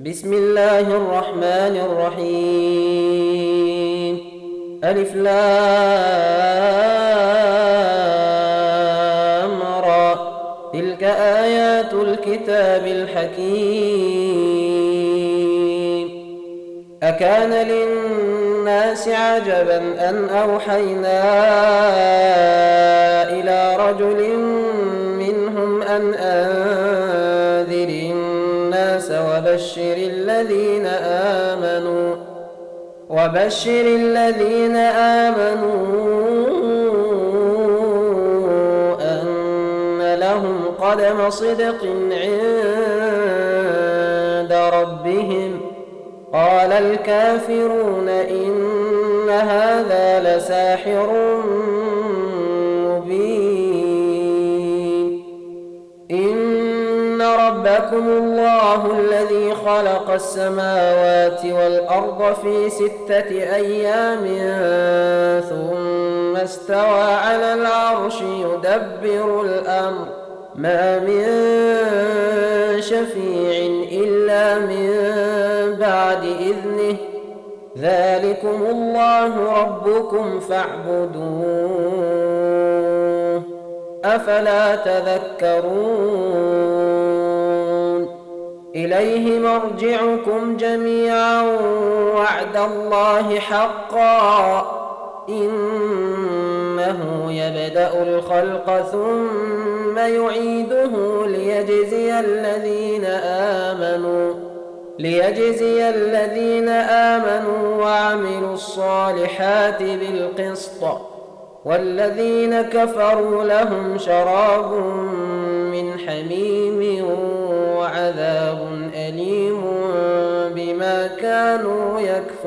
بسم الله الرحمن الرحيم. ألف لام را. تلك آيات الكتاب الحكيم. أكان للناس عجبا أن أوحينا إلى رجل منهم أن أنذر الناس وبشر الذين آمنوا أن لهم قدم صدق عند ربهم. قال الكافرون إن هذا لساحر مبين. إن ربكم الله الذي خلق السماوات والأرض في 6 أيام ثم استوى على العرش يدبر الأمر ما من شفيع إلا من بعد إذنه. ذلكم الله ربكم فاعبدوه أفلا تذكرون. إليه مرجعكم جميعا وعد الله حقا إنه يبدأ الخلق ثم يعيده ليجزي الذين آمنوا وعملوا الصالحات بالقسط والذين كفروا لهم شراب من حميم وعذاب أليم بما كانوا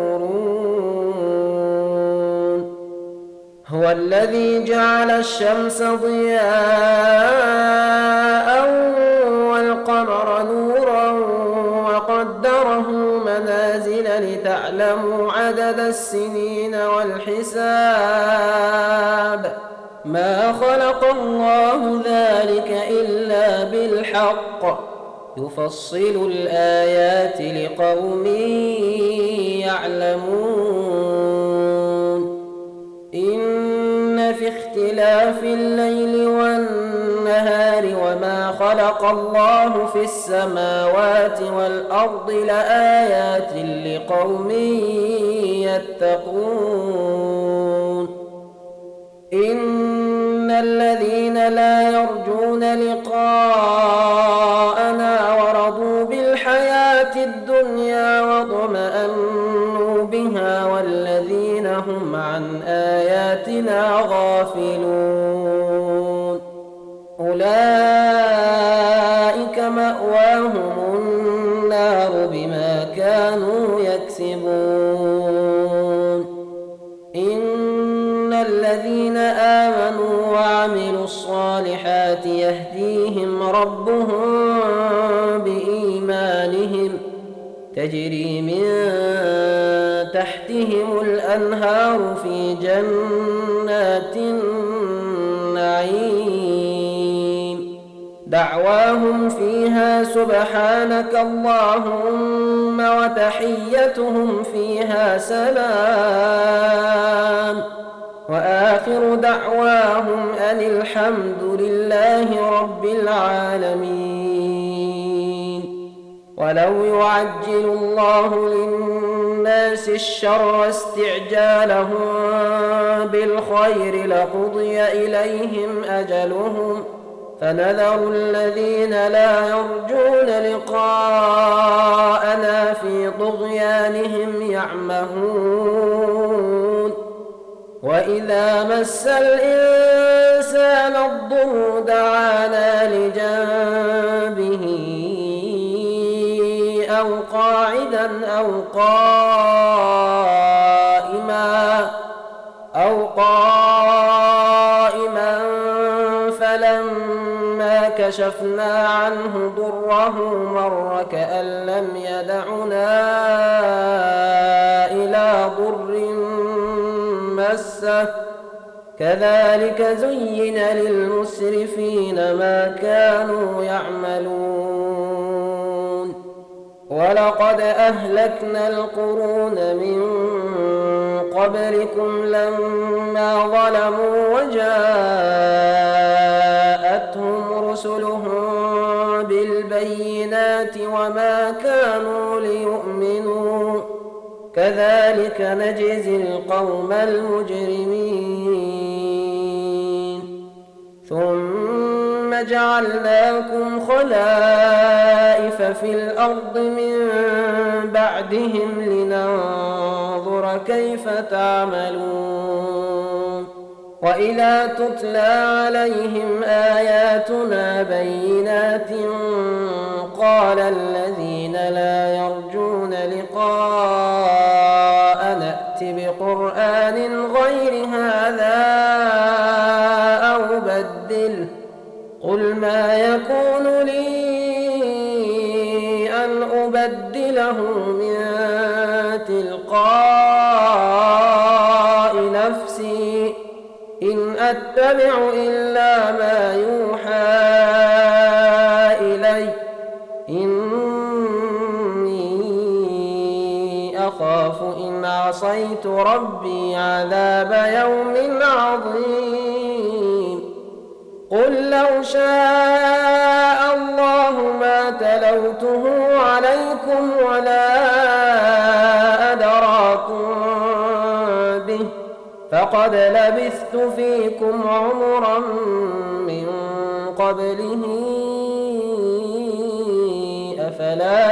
يكفرون. هو الذي جعل الشمس ضياء والقمر نورا وقدره منازل لتعلموا عدد السنين والحساب. ما خلق الله ذلك إلا بالحق يفصل الآيات لقوم يعلمون. إن في اختلاف الليل والنهار وما خلق الله في السماوات والأرض لآيات لقوم يتقون. إن الذين لا يرجون لقاءنا ورضوا بالحياة الدنيا واطمأنوا بها والذين هم عن آياتنا غافلون أولئك مأواهم النار بما كانوا يكسبون. إن الذين آمنوا وعملوا الصالحات يهديهم ربهم بإيمانهم تجري من تحتهم الأنهار في جنات النعيم. دعواهم فيها سبحانك اللهم وتحيتهم فيها سلام وآخر دعواهم أن الحمد لله رب العالمين. ولو يعجل الله للناس الشر استعجالهم بالخير لقضي إليهم أجلهم فنذر الذين لا يرجون لقاءنا في طغيانهم يعمهون. وإذا مس الإنسان الضر دعانا لجنبه أو قاعدا أو قائما فلما كشفنا عنه ضره مر كأن لم يدعنا إلى ضر مسه. كذلك زين للمسرفين ما كانوا يعملون. ولقد أهلكنا القرون من قبلكم لما ظلموا وجاءتهم رسلهم بالبينات وما كانوا ليؤمنوا كذلك نجزي القوم المجرمين ثم جعلناكم خلائف في الأرض من بعدهم لننظر كيف تعملون وإذا تتلى عليهم آياتنا بينات قال الذين لا يرجون لقاء نأت بقرآن غير هذا أو بدله قل ما يكون لي أن أبدله من تلقاء نفسي إن أتبع إلا ما يوحى إلي إني أخاف إن عصيت ربي عذاب يوم عظيم قل لو شاء الله ما تلوته عليكم ولا أدراكم به فقد لبثت فيكم عمرا من قبله أفلا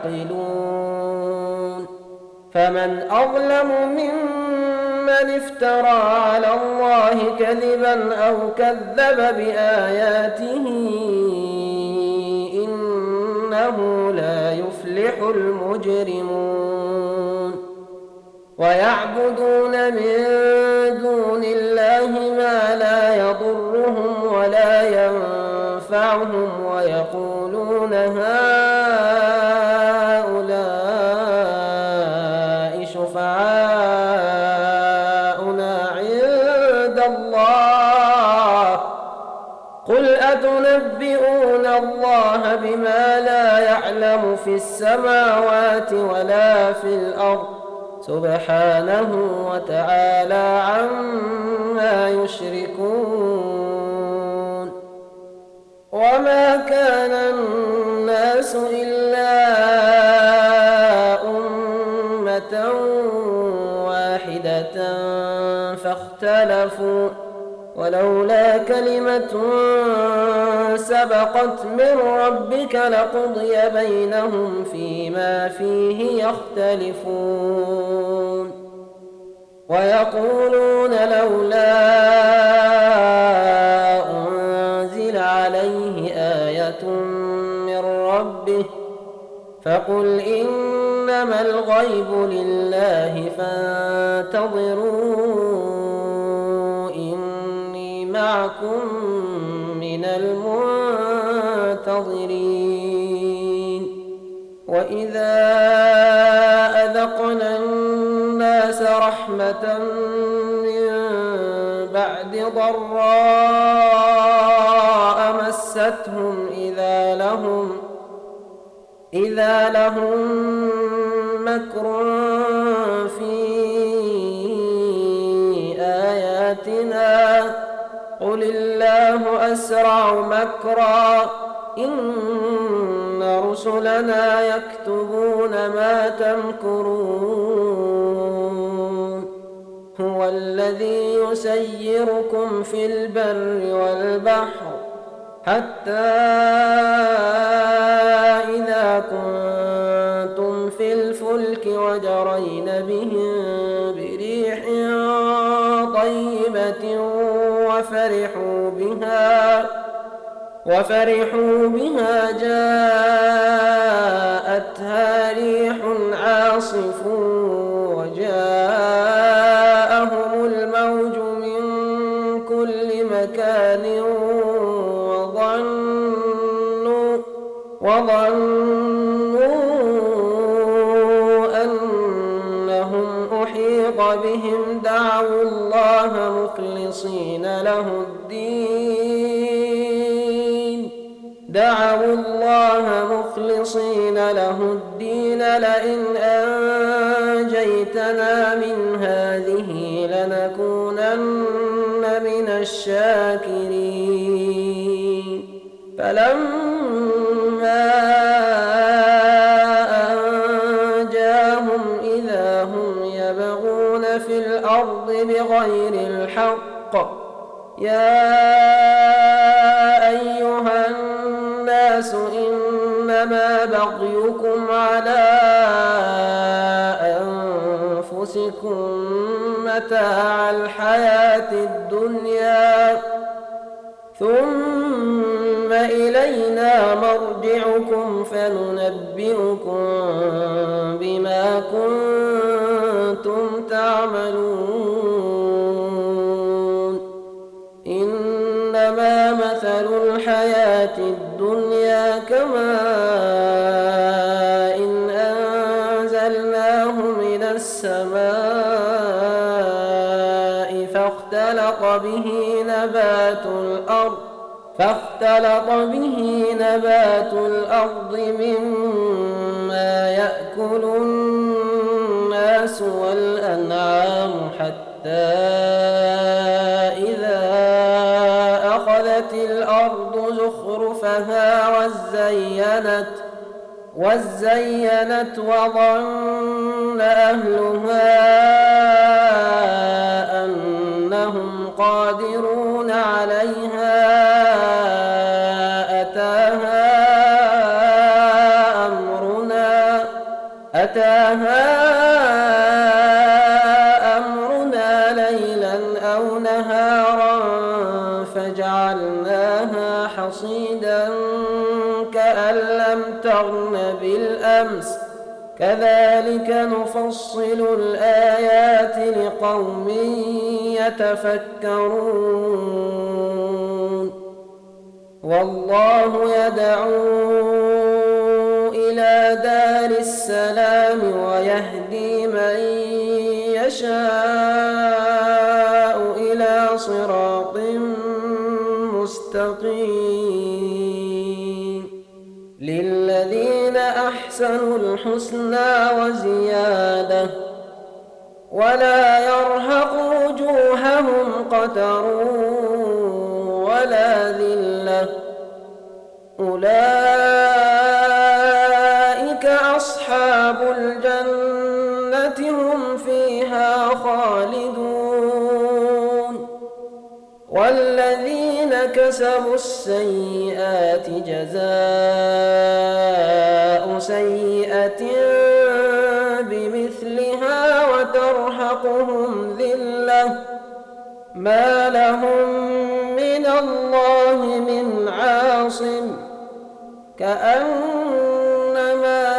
تعقلون فمن أظلم ممن افترى على الله كذبا أو كذب بآياته إنه لا يفلح المجرمون ويعبدون من دون الله ما لا يضرهم ولا ينفعهم ويقولون هؤلاء شفعاؤنا عند الله قل أتنبئون الله بما لا يعلم في السماوات ولا في الأرض سبحانه وتعالى عما يشركون وما كان الناس إلا أمة واحدة فاختلفوا ولولا كلمة سبقت من ربك لقضي بينهم فيما فيه يختلفون ويقولون لولا أنزل عليه آية من ربه فقل إنما الغيب لله فانتظروا إني معكم من المنتظرين وإذا أذقنا الناس رحمة من بعد ضراء مستهم إذا لهم مكر في آياتنا قل الله أسرع مكرا إن رسلنا يكتبون ما تمكرون هو الذي يسيركم في البر والبحر حتى إذا كنتم في الفلك وجرين بهم بريح طيبة وفرحوا بها جاءتها ريح عاصف وجاءهم الموج من كل مكان وظنوا أنهم أحيط بهم دعوا الله مخلصين له الدين لئن أنجيتنا من هذه لنكونن من الشاكرين فلما أنجاهم إذا هم يبغون في الأرض بغير الحق يا أيها الناس إنما بغيكم على أنفسكم متاع الحياة الدنيا ثم إلينا مرجعكم فننبئكم بما كنتم تعملون إنما مثل الحياة الدنيا كماء إن أنزلناه من السماء فاختلط به نبات الأرض مما يأكل الناس والأنعام حتى إذا أخذت الأرض زخرفها وزينت وظن أهلها أنهم قادرون عليها أتاها أمرنا ليلا أو نهارا فجعلناها حصيدا كأن لم تغن بالأمس كذلك نفصل الآيات لقوم يتفكرون والله يدعو إلى دار السلام ويهدي من يشاء إلى صراط مستقيم للذين أحسنوا الحسنى وزيادة ولا يرهق وجوههم قتر ولا ذلة أولئك أصحاب الجنة هم فيها خالدون والذين كسبوا السيئات جزاء سيئة بمثلها وترهقهم ذلة ما لهم من الله من عاصم كأنما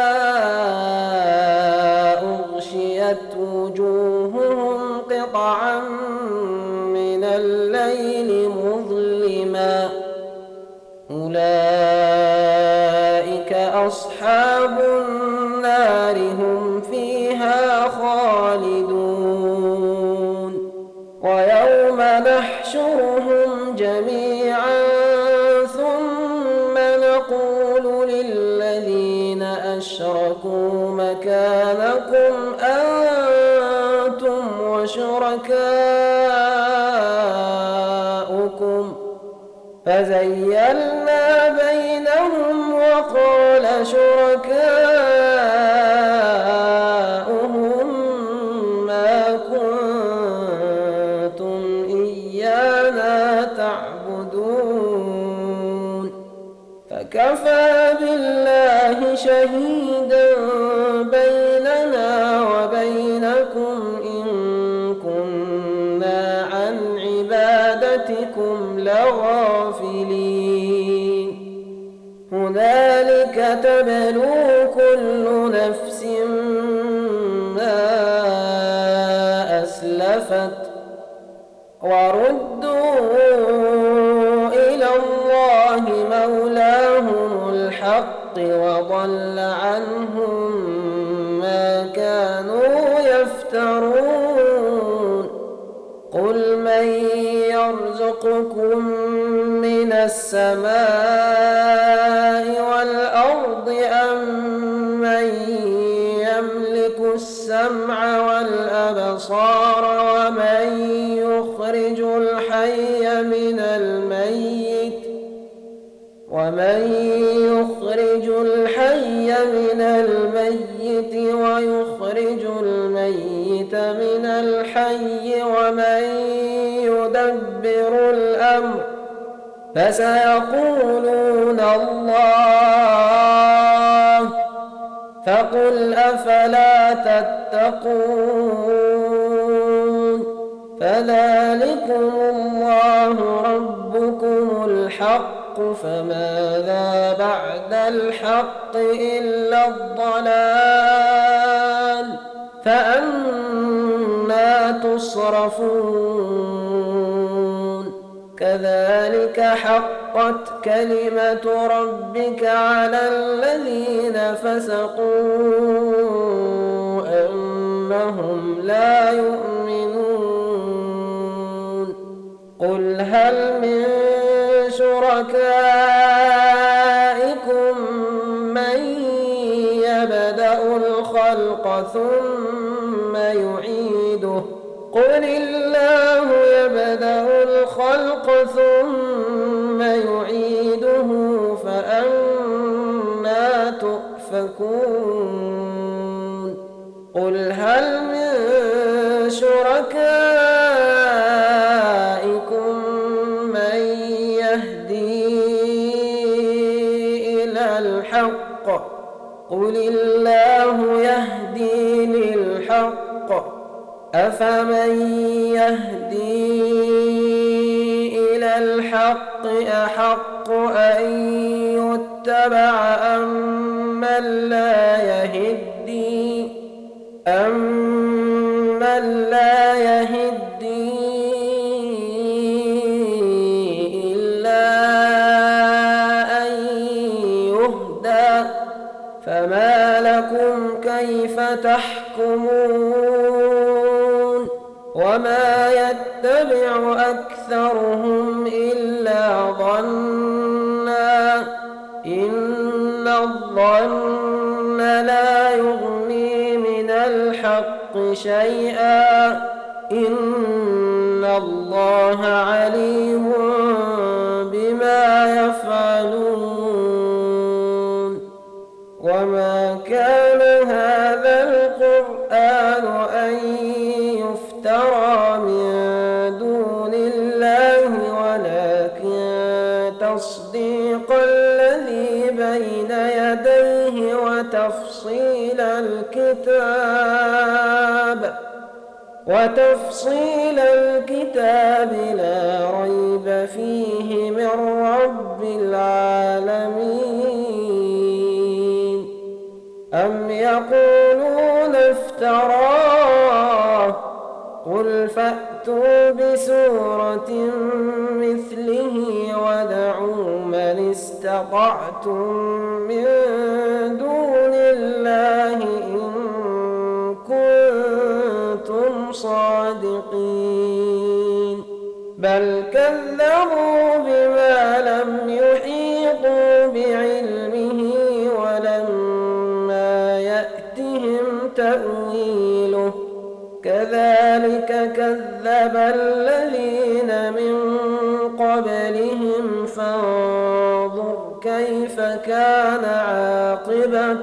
أغشيت وجوههم قطعا من الليل مظلما أولئك أصحاب النار هم فيها خالدون ويوم نحشرهم جميعا ثم نقول للذين أشركوا مكانكم أنتم وشركاؤكم فزيلنا بينهم وقال شركاؤهم ما كنتم إيانا تعبدون فكفى بالله شهيدا بيننا وبينكم إن كنا عن عبادتكم لغافلين هنالك تبلو كل نفس ما أسلفت وردوا إلى الله مولاهم الحق وضل عنهم ما كانوا يفترون قل من يرزقكم من السماء والأرض أم من يملك السمع والأبصار ومن يخرج الحي من الميت ويخرج الميت من الحي ومن يدبر الأمر فسيقولون الله فقل أفلا تتقون فذلكم الله ربكم الحق فماذا بعد الحق إلا الضلال فأنى تصرفون كذلك حقت كلمة ربك على الذين فسقوا أنهم لا يؤمنون قل هل من شركائكم من يبدأ الخلق ثم يعيده قل الله يبدأ الخلق ثم يعيده فأنى تؤفكون قل هل من شركائكم من يهدي إلى الحق قل الله يهدي للحق أفمن يهدي إلى الحق أحق أن يتبع أمن لا يهدي إلا أن يهدى فما لكم كيف تحكمون وما يتبع أكثرهم إلا ظنا إن الظن لا يغني من الحق شيئا إن الله عليم بما يفعلون وما كان هذا القرآن أن يفترى من دون الله ولكن تصديق الذي بين يديه وتفصيل الكتاب لا ريب فيه من رب العالمين أم يقولون افتراه قل فأتوا بسورة مثله ودعوا من استطعتم من دون الله إن كنتم صادقين بل كذبوا بما لم يحيطوا بعلمه ولما يأتهم تأويله كذلك كذب الذين من قبلهم فانظر كيف كان عاقبة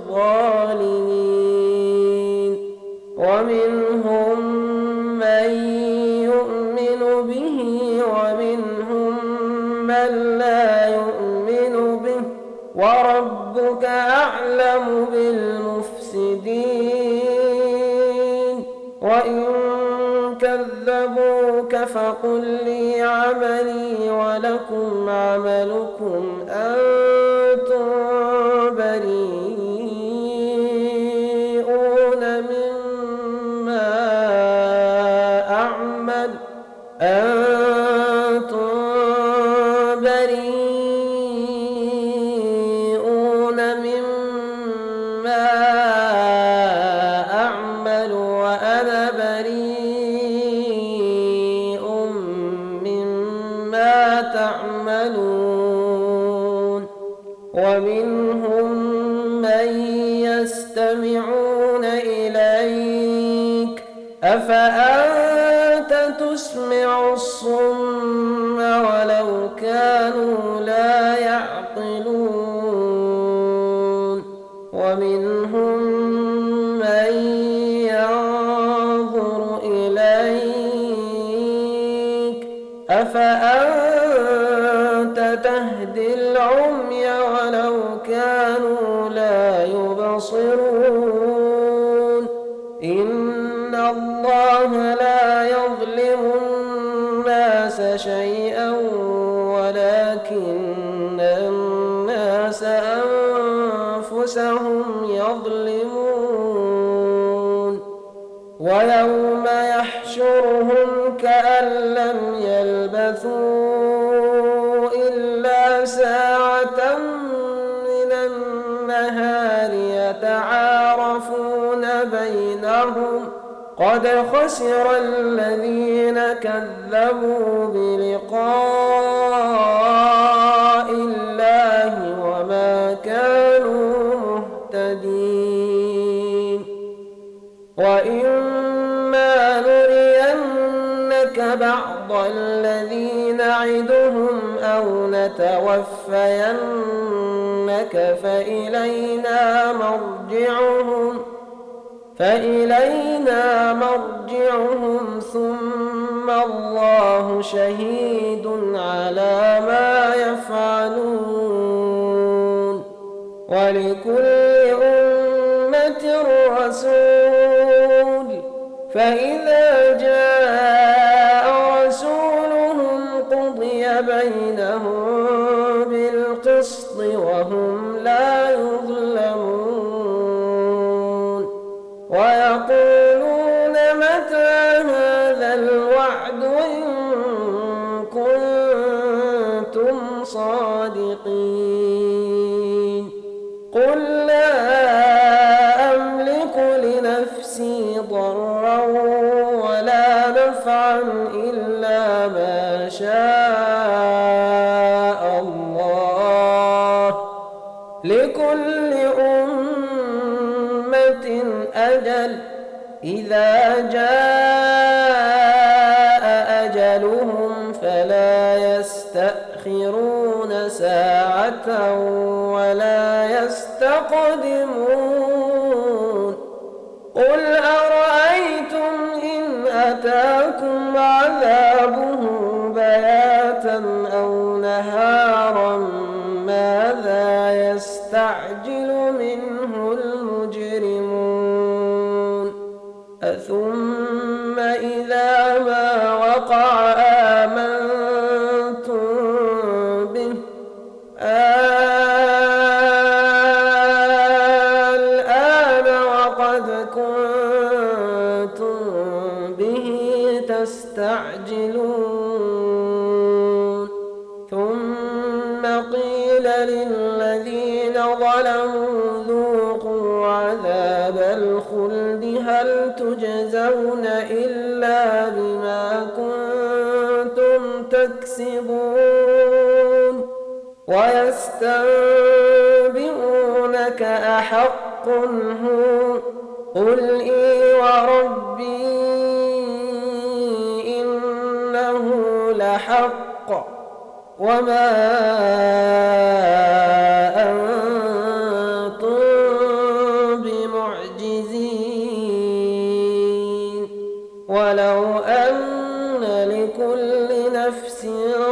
الظالمين ومنهم من يؤمن به ومنهم من لا يؤمن به وربك أعلم بالمفسدين وإن كذبوك فقل لي عملي ولكم عملكم أنتم بريئون مما أعمل وأنا بريء مما تعملون ومنهم من يستمعون إليك أفأنت تسمع الصم ولو كانوا لا يعقلون ومنهم من ينظر إليك أفأنت تهدي العمي ولو كانوا لا يبصرون إن الله لا يظلم الناس شيئا ولكن الناس أنفسهم يظلمون ويوم يحشرهم كأن لم يلبثوا إلا ساعة من النهار يتعارفون بينهم قد خسر الذين كذبوا بلقاء الله وما كانوا مهتدين وإما نرينك بعض الذي نعدهم أو نتوفينك فإلينا مرجعهم ثم الله شهيد على ما يفعلون ولكل أمة رسول فإذا جاء رسولهم قضي بينهم بالقسط وهم لا يظلمون ويقولون متى هذا الوعد إن كنتم صادقين قل لا أملك لنفسي ضرا ولا نفعا إلا ما شاء الله لكل أمة أجل إذا جاء أجلهم فلا يستأخرون ساعة ولا يستقدمون قل أرأيتم إن أتاكم عذابه بياتا أو نهارا ماذا يستعجل منه المجرمون أثم إذا ما وقع آمنتم به الآن وقد كنتم به تستعجلون ثم قيل للذين ظلموا ذوقوا عذاب الخلد هل تجزون إلا بما كنتم تكسبون ويستنبئونك أحق هو قل إي وربي إنه لحق وما أنتم بمعجزين ولو أن لكل نفس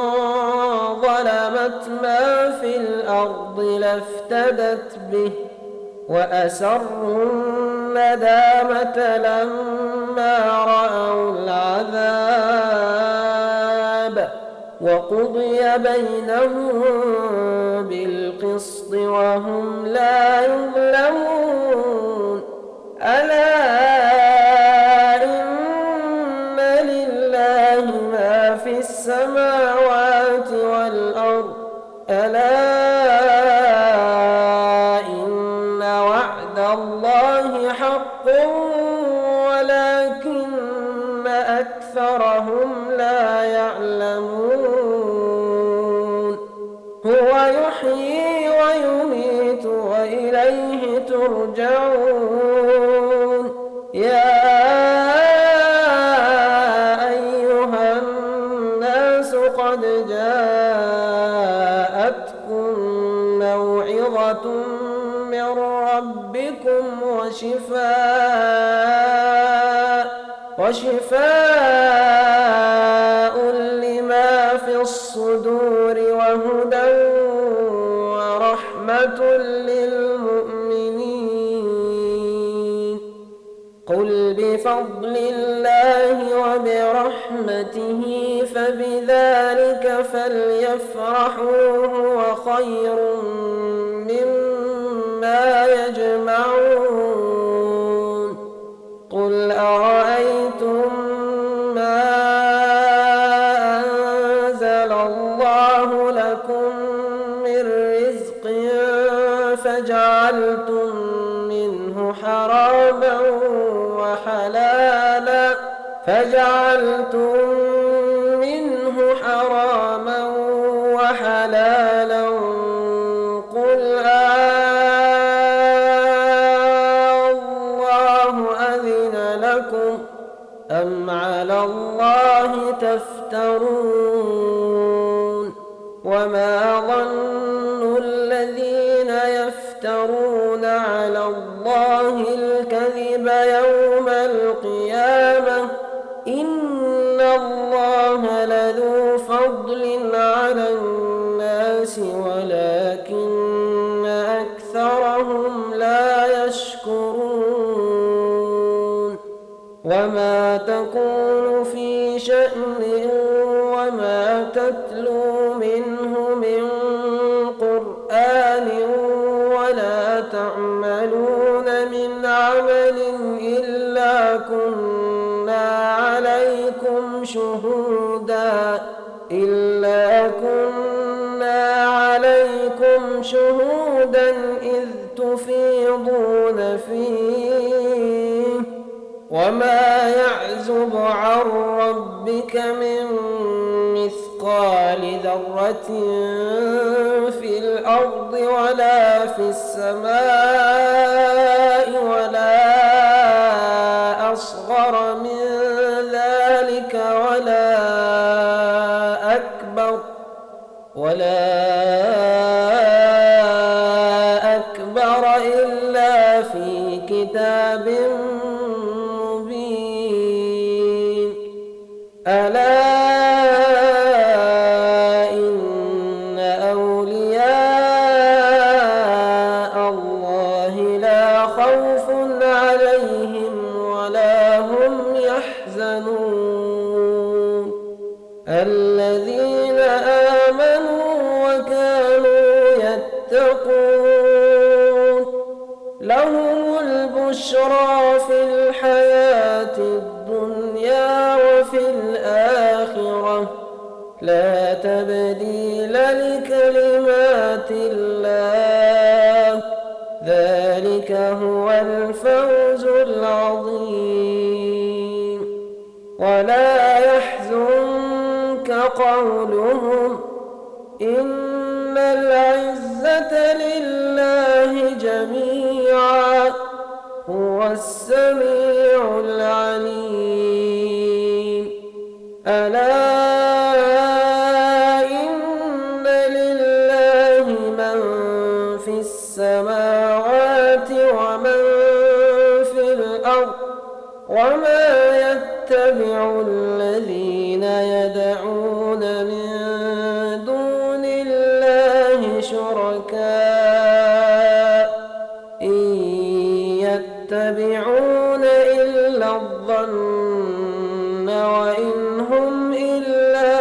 ظلمت ما في الأرض لافتدت به وأسروا الندامة لما رأوا العذاب وقضي بينهم بالقسط وهم لا يظلمون ألا إن لله ما في السماوات والأرض ألا إن وعد الله حق ولكن أكثرهم لا يعلمون هو يحيي ويميت وإليه ترجعون يا أيها الناس قد جاءتكم موعظة من ربكم وشفاء لما في الصدور وهدى ورحمة للمؤمنين. قل بفضل الله وبرحمته فبذلك فليفرحوا هو خير مما يجمعون. قل أرأيتم ما أنزل الله لكم من رزق فجعلتم منه حراما وحلالا قل الله أذن لكم أم على الله تفترون. وما ظن الذين يفترون على الله الكذب يوم القيامة إن الله لذو فضل على الناس ولكن أكثرهم لا يشكرون. وما تكون في شأن وما تتلو منه من قرآن ولا تعملون من عمل إلا كنا عليكم شهودا إذ تفيضون فيه. وما يعزب عن ربك من مثقال ذرة في الأرض ولا في السماء ولا أصغر من ذلك ولا أكبر إلا في كتاب مبين. ألا إن أولياء الله لا خوف عليهم ولا هم يحزنون الذين آمنوا وكانوا يتقون لهم البشرى في الحياة الدنيا وفي الآخرة لا تبديل لكلمات الله ذلك هو الفوز العظيم. ولا يحزنك قولهم إن العزة لله جميعا هو السميع العليم. ألا إن لله من في السماوات ومن في الأرض وما يتبع الذين يدعون من دون الله شركاء إن يتبعون إلا الظن وإن هم إلا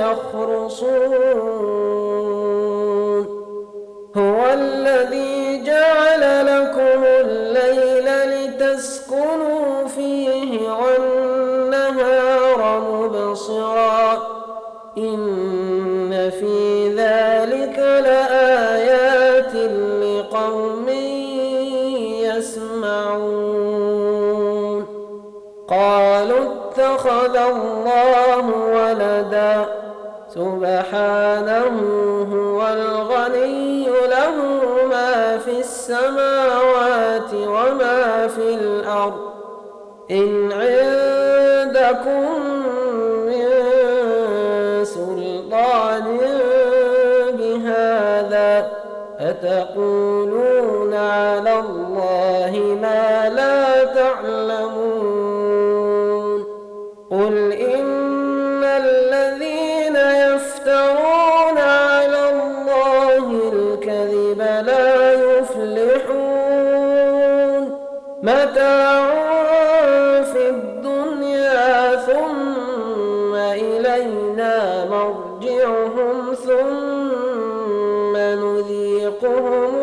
يخرصون. هو الذي جعل لكم الليل لتسكنوا فيه والنهار مبصرا إن في ذلك لآيات لقوم يسمعون. قالوا اتخذ الله ولدا سبحانه هو الغني له ما في السماوات وما في الأرض إن عندكم من سلطان بهذا أتقولون على الله ما لا تعلمون قل إن الذين يفترون على الله الكذب لا يفلحون متاع في الدنيا ثم إلينا مرجعهم ثم نذيقهم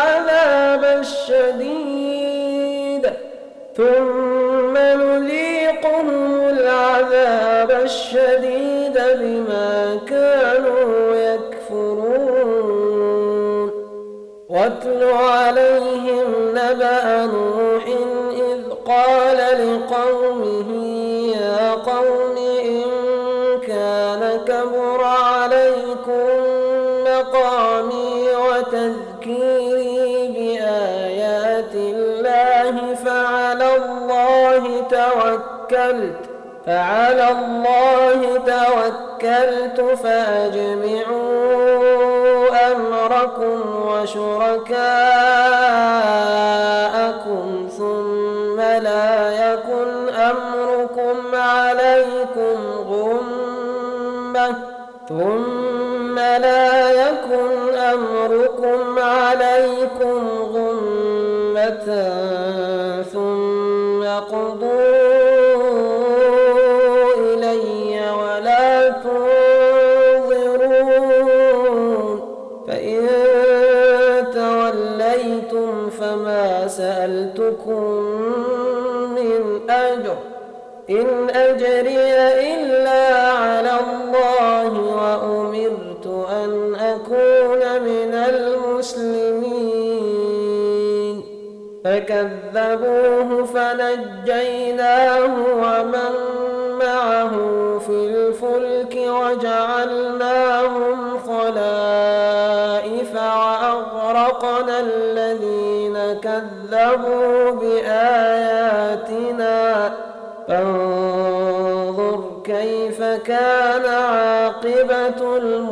العذاب الشديد بما كانوا يكفرون واتل عليهم نبأ نوح إذ قال لقومه يا قوم إن كان كبر عليكم مقامي وتذكيري بآيات الله فعلى الله توكلت فأجمعوا أمركم وشركاءكم ثم لا يكن أمركم عليكم غمة ثم قضوا إلي ولا تنظرون فإن توليتم فما سألتكم من أجر إن أجري إلا على الله وأمرت أن أكون من المسلمين فكذبوه فنجيناه ومن معه في الفلك وجعلناهم خلائف وأغرقنا الذين كذبوا بآياتنا فانظر كيف كان عاقبة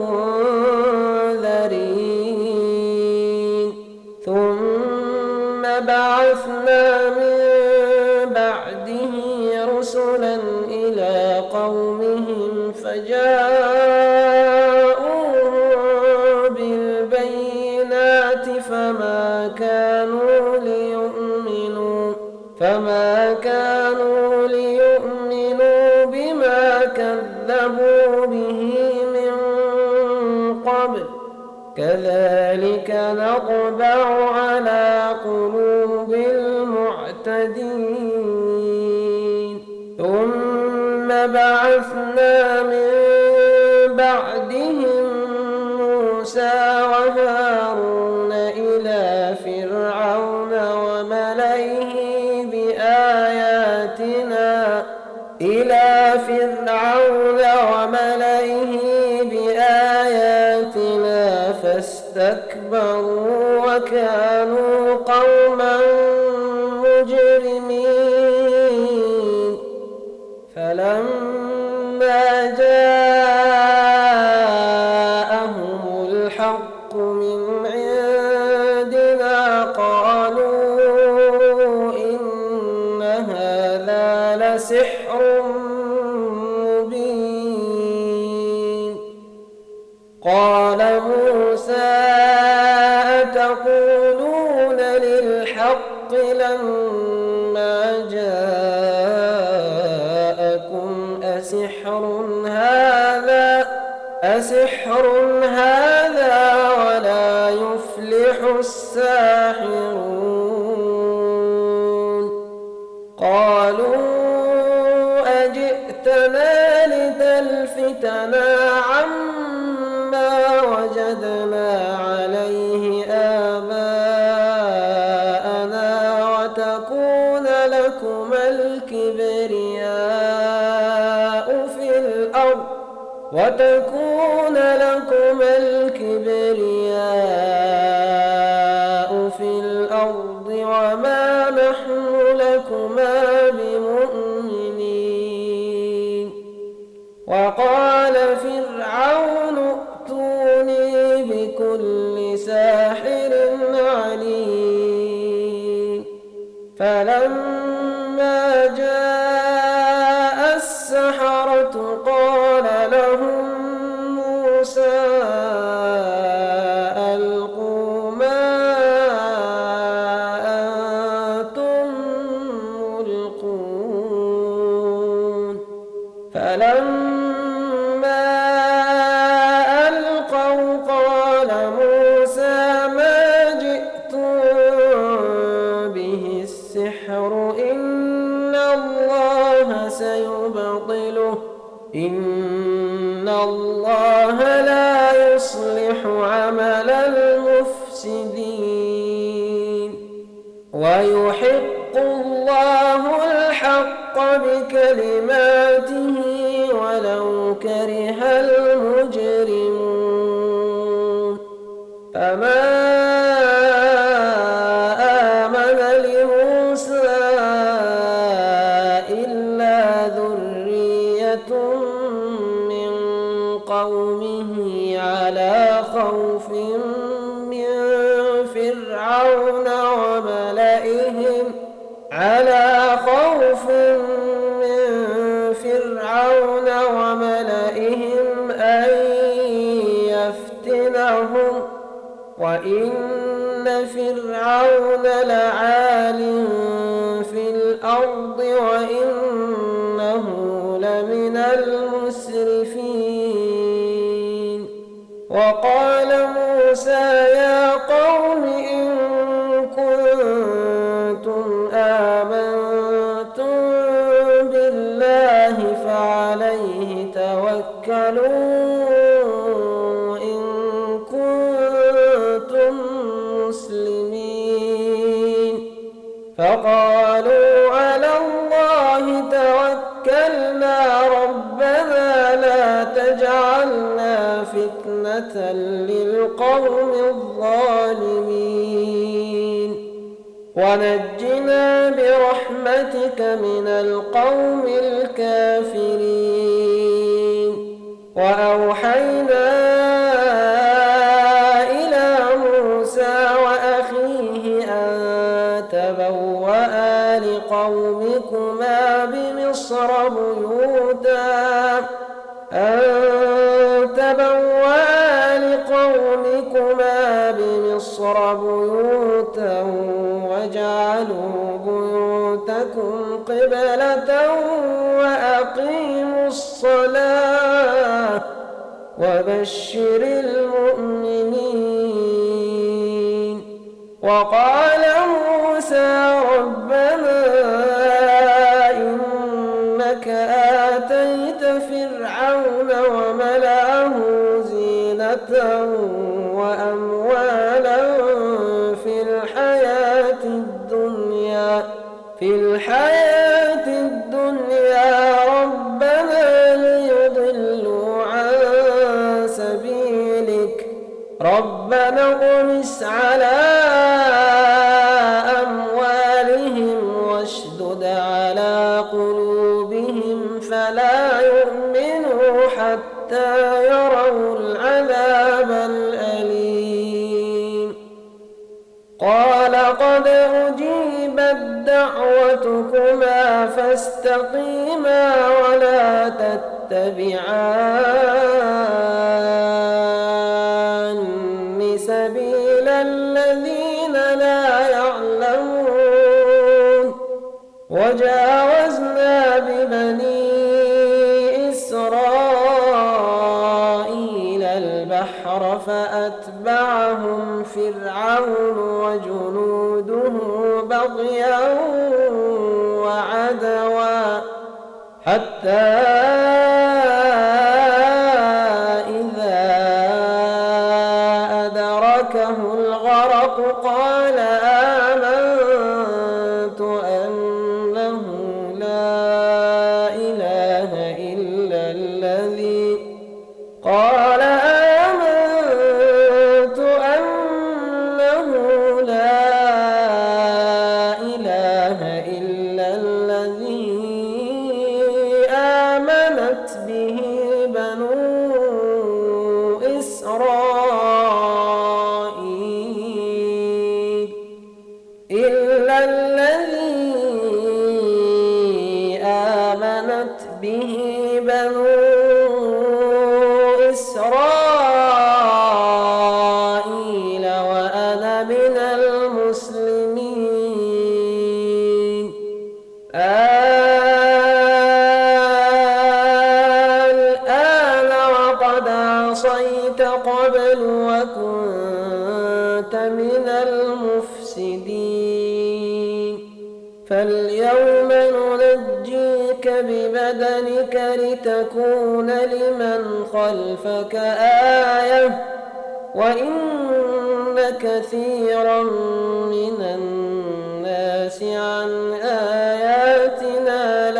المنذرين ثم بعثنا من بعده رسلا إلى قومهم فجاءوهم بالبينات فما كانوا ليؤمنوا بما كذبوا به من قبل كذلك نطبع على قلوب المعتدين ثم بعثنا من بعدهم موسى وهارون إلى فرعون وملئه بآياتنا فاستكبروا وكانوا قوما مجرمين فلما جاءهم الحق من عندنا قالوا إن هذا لسحر مبين قال موسى أتقولون للحق لما جاءكم أسحر هذا ولا يفلح الساحرون قالوا أجئتنا لتلفتنا عما وجدنا عليه آباءنا وتكون لكم الكبرياء في الأرض وما نحن لكما بمؤمنين فلما جاء السحرة قال لهم موسى ألقوا ما أنتم ملقون فلما ألقوا قال موسى ما جئتم به السحر إن الله سيبطله إن الله لا يصلح عمل المفسدين ويحق الله الحق بكلماته ولو كره المجرمون فما آمن لموسى إلا ذرية من قومه على خوف من فرعون وملئهم أن يفتنهم وإن فرعون لعال في الأرض وإنه لمن المسرفين وقال موسى يا قوم إن كنتم آمنتم بالله فعليه توكلوا إن كنتم مسلمين فقالوا على الله توكلنا ربنا لا تجعلنا فتنة للقوم الظالمين ونجنا برحمتك من القوم الكافرين وأوحينا إلى موسى وأخيه أن تبوأ لقومكما بمصر بيوتا واجعلوا بيوتكم قبلة وأقيموا الصلاة وبشر المؤمنين وقال موسى ربنا إنك آتيت فرعون وملأه زينة وأموالا في الحياة الدنيا ربنا ليضلوا عن سبيلك ربنا اطمس على أموالهم واشدد على قلوبهم فلا يؤمنوا حتى يروا العذاب الأليم قال قد أجيبت دعوتكما فاستقيما ولا تتبعان سبيل الذين لا يعلمون وجاوزنا ببني إسرائيل البحر فأتبعهم فرعون وجنوده بغيا وعدوا حتى إذا أدركه الغرق قال آمنت أنه لا إله إلا الذي آمنت آمنت به بنو إسرائيل وأنا من المسلمين. الآن وقد عصيت قبل وكنت من المفسدين. فاليوم ننجيك ببدنك لتكون لمن خلفك آية وإن كثيرا من الناس عن آياتنا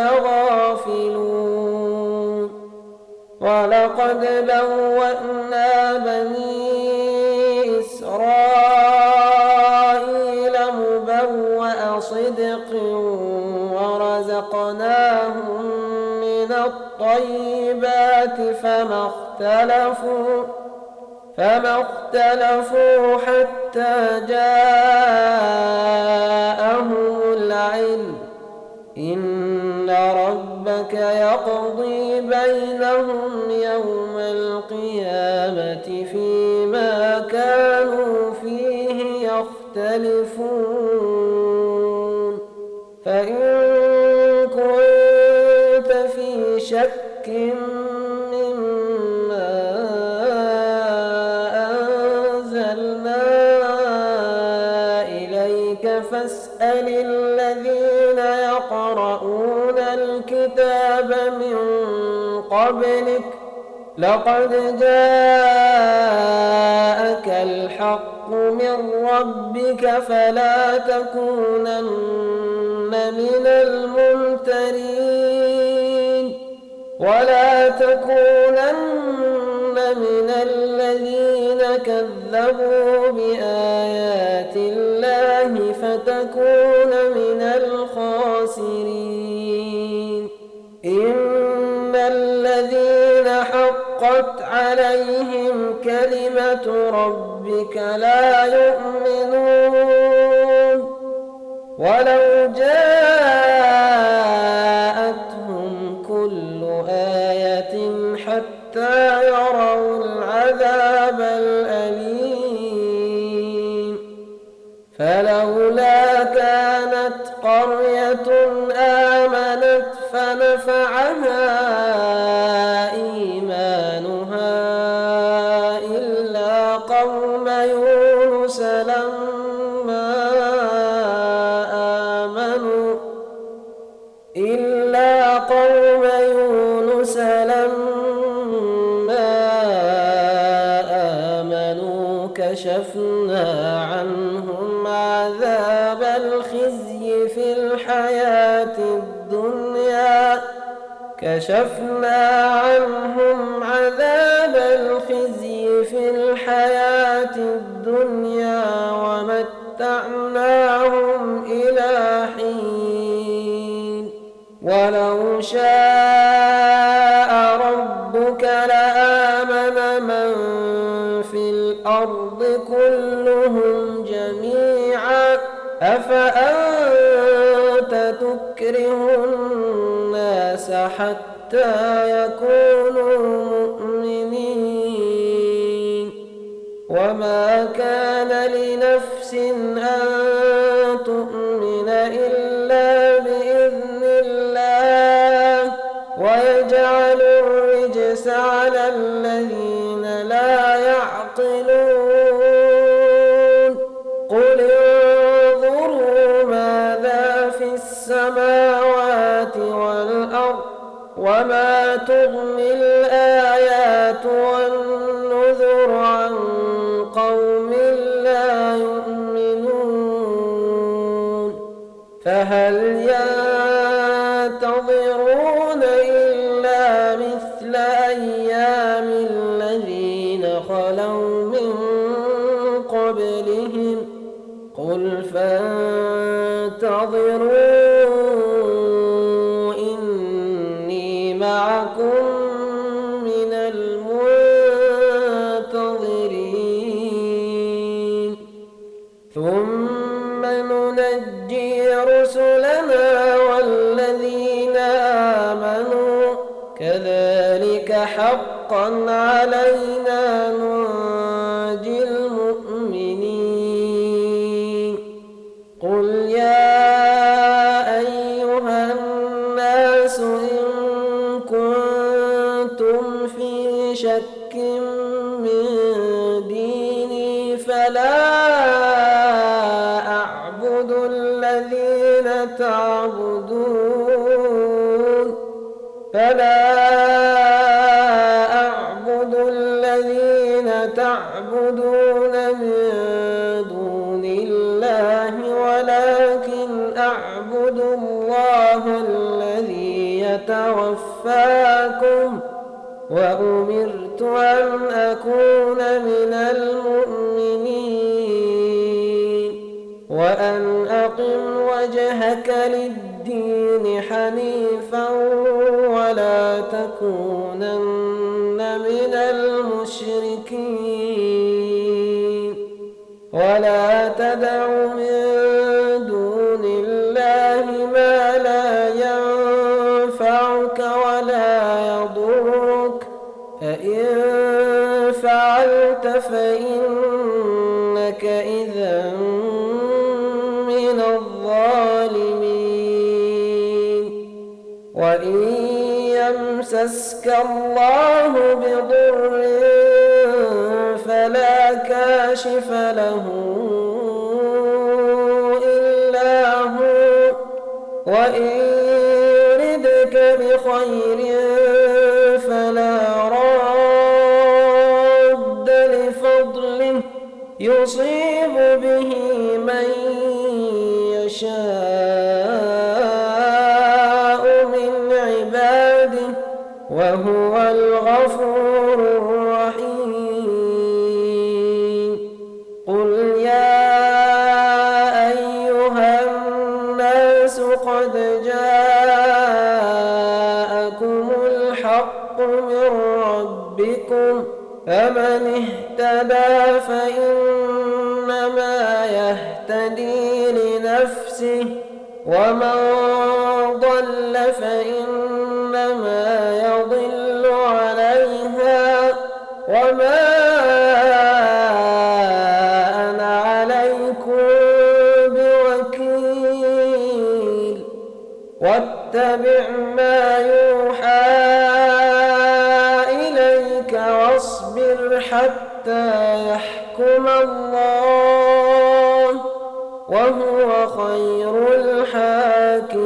لغافلون. ولقد بوأنا بني إسرائيل مبوأ صدق ورزقناهم من الطيبات فما اختلفوا حتى جاءهم العلم. إن ربك يقضي بينهم يوم القيامة فيما كانوا فيه يختلفون. فإن كنت في شك مما أنزلنا إليك فاسأل الذين يقرؤون الكتاب من قبلك لقد جاءك الحق من ربك فلا تكونن من الممترين ولا تكونن من الذين كذبوا بآيات الله فتكون من الخاسرين. إن الذين حقت عليهم كلمة ربك لا يؤمنون ولو جاءتهم كل آية حتى يروا العذاب الأليم. فلولا كانت قرية آمنت فنفعها إيمانها إلا قوم يونس لما آمنوا كشفنا عنهم عذاب الخزي في الحياة الدنيا ومتعناهم إلى حين. ولو شاء ربك لآمن من في الأرض كلهم جميعا أفأنت تكره الناس حتى يكونوا مؤمنين. وما كان لنفس أن تؤمن إلا بإذن الله ويجعل الرجس على الذين لا يعقلون. قل انظروا ماذا في السماوات والأرض وما تغني الآيات والنذر عن قوم لا يؤمنون. فهل ينتظرون إلا مثل أيام الذين خلوا من قبلهم قل فانتظروا إني معكم من المنتظرين. ثم ننجي رسلنا والذين آمنوا كذلك حقا علينا ننجي المؤمنين. قل يا أيها الناس إن كنتم في شك من ديني فلا أعبد الذين تعبدون من دون الله ولكن أعبد الله الذي يتوفاكم وأمرت أن أكون من المؤمنين وأن أقم وجهك للدين حنيفا ولا تكونن من المشركين ولا تدع من دون الله ما لا ينفعك ولا يضرك فإن فعلت فإنك إذا من الظالمين. وإن يمسسك الله بضر فلا كاشف له إلا هو وإن يردك بخير فلا راد لفضله يصيب به من يشاء من عباده وهو الغفور الرحيم. قل يا أيها الناس قد جاءكم الحق من ربكم فمن اهتدى فإنما يهتدي لنفسه ومن ضل فإنما يضل عليها وما أنا عليكم بوكيل. واتبع ما يوحى إليك واصبر حتى يحكم الله وهو خير الحاكمين.